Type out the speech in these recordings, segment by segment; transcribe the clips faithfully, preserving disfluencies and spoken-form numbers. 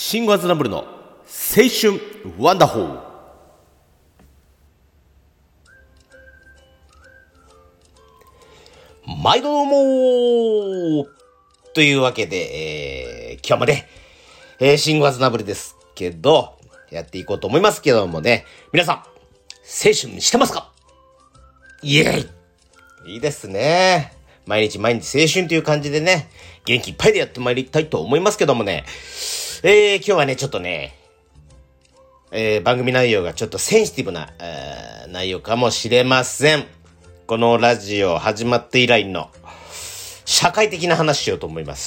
シンゴアズナブルの青春ワンダホー。毎度どうもというわけで、えー、今日もね、えー、シンゴアズナブルですけど、やっていこうと思いますけどもね、皆さん、青春してますか？イエーイ！いいですね。毎日毎日青春という感じでね、元気いっぱいでやってまいりたいと思いますけどもね、えー、今日はね、ちょっとね、えー、番組内容がちょっとセンシティブな、えー、内容かもしれません。このラジオ始まって以来の社会的な話しようと思います。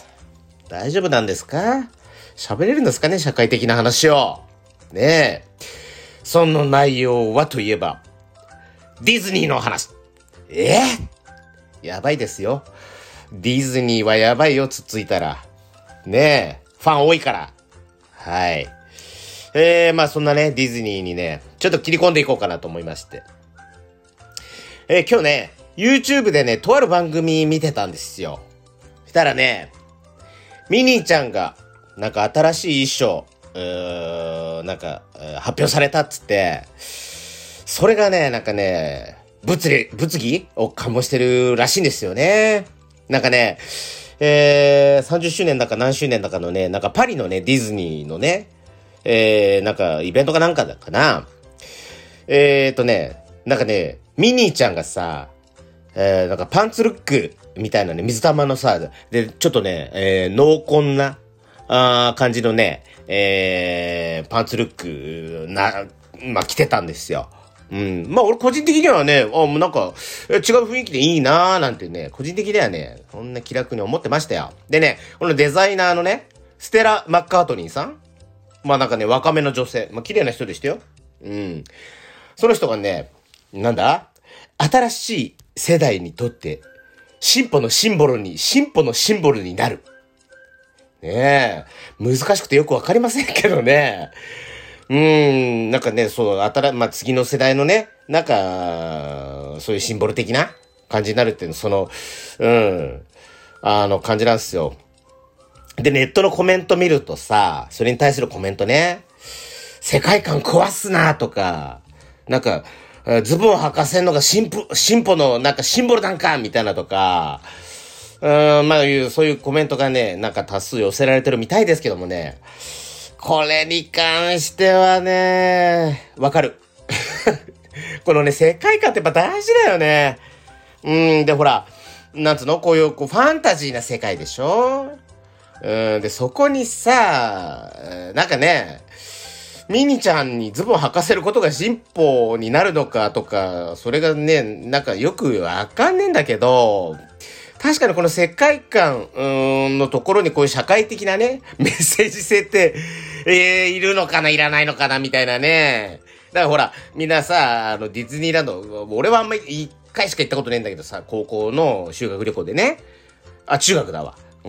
大丈夫なんですか？喋れるんですかね、社会的な話を。ねえ。その内容はといえば、ディズニーの話。えー、やばいですよ。ディズニーはやばいよ、つっついたら。ねえ。ファン多いから。はい。えー、まあそんなね、ディズニーにね、ちょっと切り込んでいこうかなと思いまして。えー、今日ね、YouTube でね、とある番組見てたんですよ。したらね、ミニーちゃんが、なんか新しい衣装、うーなんか、発表されたっつって、それがね、なんかね、物理、物議を醸してるらしいんですよね。なんかね、えー、さんじゅっしゅうねんだか何周年だかのね、なんかパリのね、ディズニーのね、えー、なんかイベントかなんかだかな。えーとね、なんかね、ミニーちゃんがさ、えー、なんかパンツルックみたいなね、水玉のさ、で、ちょっとね、えー、濃紺な、あー感じのね、えー、パンツルックな、まあ、着てたんですよ。うん。まあ、俺個人的にはね、あ、もうなんか、違う雰囲気でいいなーなんてね、個人的にはね、そんな気楽に思ってましたよ。でね、このデザイナーのね、ステラ・マッカートニーさん、まあなんかね、若めの女性、まあ綺麗な人でしたよ。うん。その人がね、なんだ？新しい世代にとって、進歩のシンボルに、進歩のシンボルになる。ねえ、難しくてよくわかりませんけどね。うーん、なんかね、そう、新、まあ、次の世代のね、なんか、そういうシンボル的な感じになるっていうの、その、うん、あの、感じなんですよ。で、ネットのコメント見るとさ、それに対するコメントね、世界観壊すなとか、なんか、ズボン履かせんのが進歩、進歩のなんかシンボルなんかみたいなとか、うーん、まあいう、そういうコメントがね、なんか多数寄せられてるみたいですけどもね、これに関してはね、わかる。このね、世界観ってやっぱ大事だよね。うん、で、ほら、なんつうの、こういう、こう、ファンタジーな世界でしょ？うん、で、そこにさ、なんかね、ミニちゃんにズボン履かせることが進歩になるのかとか、それがね、なんかよくわかんねえんだけど、確かにこの世界観うーんのところにこういう社会的なね、メッセージ性って、えー、いるのかないらないのかなみたいなね。だからほら、みんなさ、あのディズニーランド、俺はあんまり一回しか行ったことないんだけどさ、高校の修学旅行でね。あ、中学だわ。うん。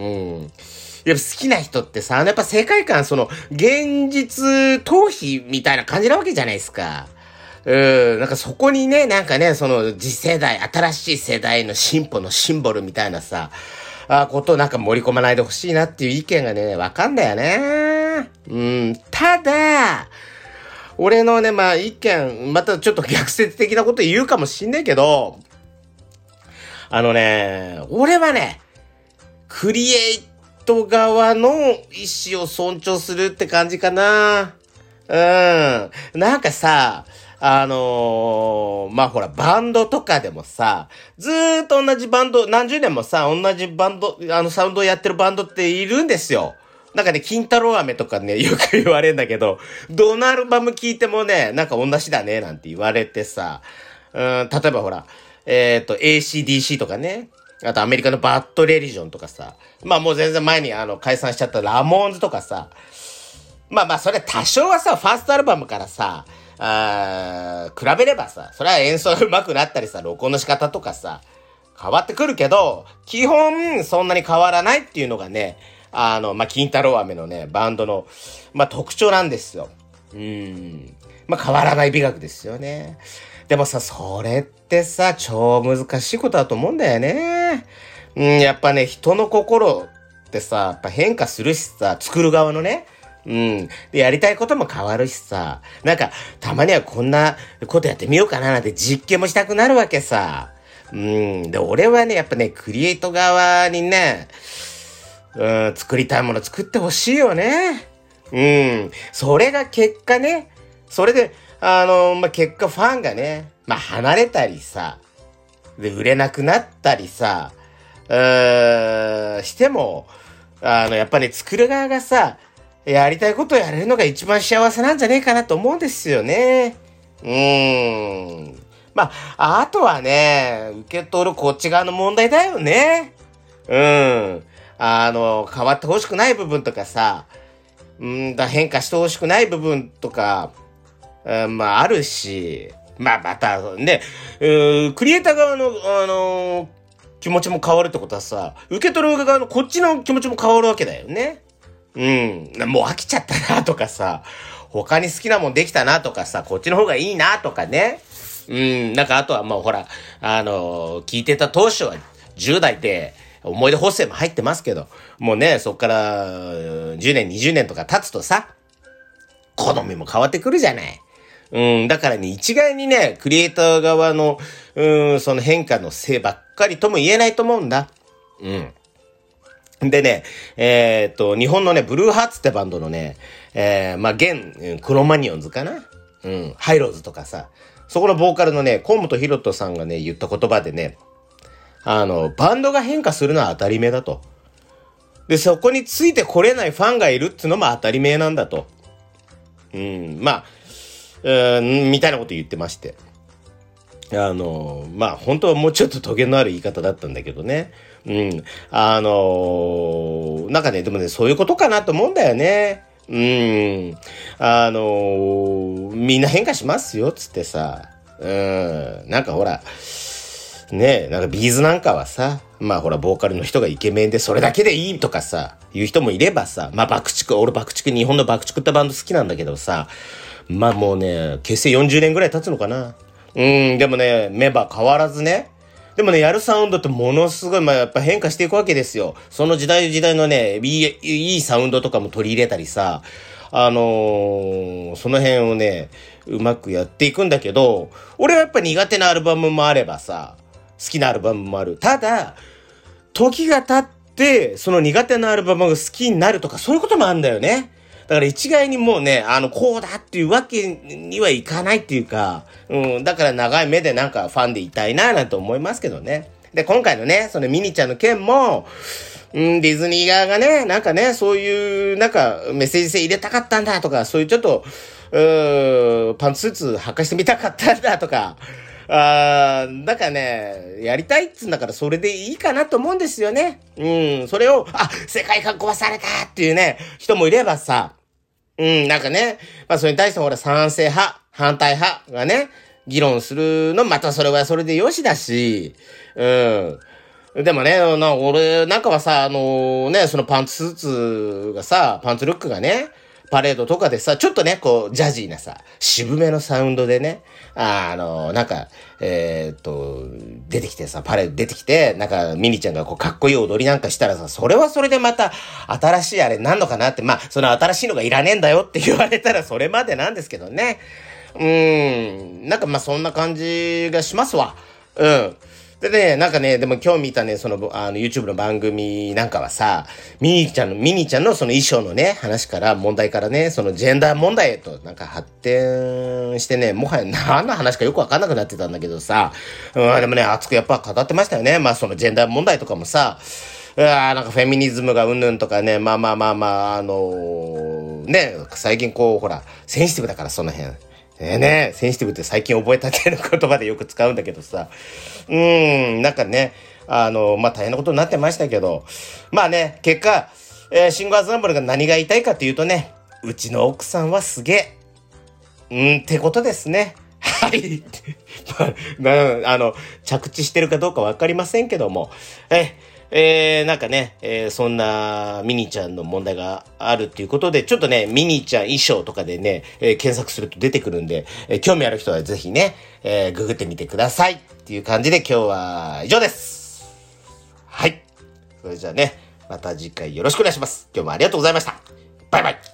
やっぱ好きな人ってさ、やっぱ世界観、その、現実逃避みたいな感じなわけじゃないですか。うん、なんかそこにね、なんかね、その次世代、新しい世代の進歩のシンボルみたいなさ、あことをなんか盛り込まないでほしいなっていう意見がね、わかんだよね。うん、ただ、俺のね、まあ意見、またちょっと逆説的なこと言うかもしんないけど、あのね、俺はね、クリエイト側の意思を尊重するって感じかな。うん。なんかさ、あのー、まあ、ほら、バンドとかでもさ、ずーっと同じバンド、何十年もさ、同じバンド、あの、サウンドをやってるバンドっているんですよ。なんかね、金太郎飴とかね、よく言われるんだけど、どのアルバム聴いてもね、なんか同じだね、なんて言われてさ、うん、例えばほら、えっと、エーシーディーシー とかね、あとアメリカのバッドレリジョンとかさ、まあもう全然前にあの解散しちゃったラモーンズとかさ、まあまあそれ多少はさ、ファーストアルバムからさ、あー比べればさ、それは演奏が上手くなったりさ、録音の仕方とかさ、変わってくるけど、基本そんなに変わらないっていうのがね、あの、まあ、金太郎飴のね、バンドの、まあ、特徴なんですよ。うん。まあ、変わらない美学ですよね。でもさ、それってさ、超難しいことだと思うんだよね。うん、やっぱね、人の心ってさ、やっぱ変化するしさ、作る側のね。うん。で、やりたいことも変わるしさ、なんか、たまにはこんなことやってみようかななんて実験もしたくなるわけさ。うん。で、俺はね、やっぱね、クリエイト側にね、うん、作りたいもの作ってほしいよね。うん。それが結果ね、それで、あの、まあ、結果ファンがね、まあ、離れたりさ、で、売れなくなったりさ、うーん、しても、あの、やっぱり、ね、作る側がさ、やりたいことをやれるのが一番幸せなんじゃねえかなと思うんですよね。うーん。まあ、あとはね、受け取るこっち側の問題だよね。うん。あの、変わってほしくない部分とかさ、うんだ、変化してほしくない部分とか、うん、まあ、あるし、まあ、また、ね、うん、クリエイター側の、あの、気持ちも変わるってことはさ、受け取る側のこっちの気持ちも変わるわけだよね。うん。もう飽きちゃったなとかさ、他に好きなもんできたなとかさ、こっちの方がいいなとかね。うん。なんかあとはまあほら、あのー、聞いてた当初はじゅう代で思い出補正も入ってますけど、もうね、そっからじゅうねん、にじゅうねんとか経つとさ、好みも変わってくるじゃない。うん。だからね、一概にね、クリエイター側の、うん、その変化のせいばっかりとも言えないと思うんだ。うん。でね、えー、っと、日本のね、ブルーハーツってバンドのね、えー、まあ、現、クロマニオンズかなうん、ハイローズとかさ、そこのボーカルのね、河本ひろとさんがね、言った言葉でね、あの、バンドが変化するのは当たり前だと。で、そこについてこれないファンがいるっていうのも当たり前なんだと。うん、まあ、うん、みたいなこと言ってまして。あの、まあ、本当はもうちょっとトゲのある言い方だったんだけどね。うん。あの、なんかね、でもね、そういうことかなと思うんだよね。うん。あの、みんな変化しますよ、つってさ。うん。なんかほら、ねえ、なんかビーズなんかはさ、まあほら、ボーカルの人がイケメンでそれだけでいいとかさ、言う人もいればさ、まあ爆竹、俺爆竹、日本の爆竹ってバンド好きなんだけどさ、まあもうね、結成よんじゅうねんぐらい経つのかな。うん、でもね、メンバー変わらずね。でもね、やるサウンドってものすごい、まあやっぱ変化していくわけですよ。その時代時代のね、いい、いいサウンドとかも取り入れたりさ、あのー、その辺をね、うまくやっていくんだけど、俺はやっぱ苦手なアルバムもあればさ、好きなアルバムもある。ただ、時が経って、その苦手なアルバムが好きになるとか、そういうこともあるんだよね。だから一概にもうね、あの、こうだっていうわけにはいかないっていうか、うん、だから長い目でなんかファンでいたいななんて思いますけどね。で、今回のね、そのミニちゃんの件も、うん、ディズニー側がね、なんかね、そういう、なんかメッセージ性入れたかったんだとか、そういうちょっと、うーパンツスーツ履かしてみたかったんだとか、あー、だからね、やりたいっつうんだからそれでいいかなと思うんですよね。うん、それを、あ、世界観壊されたっていうね、人もいればさ、うん、なんかね、まあそれに対してほら賛成派、反対派がね、議論するの、またそれはそれでよしだし、うん。でもね、な、俺なんかはさ、あのー、ね、そのパンツスーツがさ、パンツルックがね、パレードとかでさ、ちょっとね、こう、ジャジーなさ、渋めのサウンドでね、あ、あのー、なんか、えー、っと、出てきてさ、パレード出てきて、なんか、ミニちゃんがこう、かっこいい踊りなんかしたらさ、それはそれでまた、新しいあれなんのかなって、まあ、その新しいのがいらねえんだよって言われたらそれまでなんですけどね。うーん、なんかまあ、そんな感じがしますわ。うん。でね、なんかね、でも今日見たね、その、あの、YouTube の番組なんかはさ、ミニちゃんの、ミニちゃんのその衣装のね、話から、問題からね、そのジェンダー問題へと、なんか発展してね、もはや何の話かよくわかんなくなってたんだけどさ、うん、でもね、熱くやっぱ語ってましたよね。まあそのジェンダー問題とかもさ、うわなんかフェミニズムがうんぬんとかね、まあまあまあまあ、あのー、ね、最近こう、ほら、センシティブだからその辺。えー、ね、センシティブって最近覚えたての言葉でよく使うんだけどさ。うーん、なんかね、あの、まあ、大変なことになってましたけど、まあね、結果、えー、シンガーズナンブルが何が言いたいかっていうとね、うちの奥さんはすげえ。うーん、ってことですね。はい。まあ、なあの、着地してるかどうかわかりませんけども、ええー、なんかね、えー、そんなミニちゃんの問題があるっていうことで、ちょっとね、ミニちゃん衣装とかでね、えー、検索すると出てくるんで、えー、興味ある人はぜひね、えー、ググってみてくださいっていう感じで今日は以上です。はい。それじゃあね、 また次回よろしくお願いします。今日もありがとうございました。バイバイ。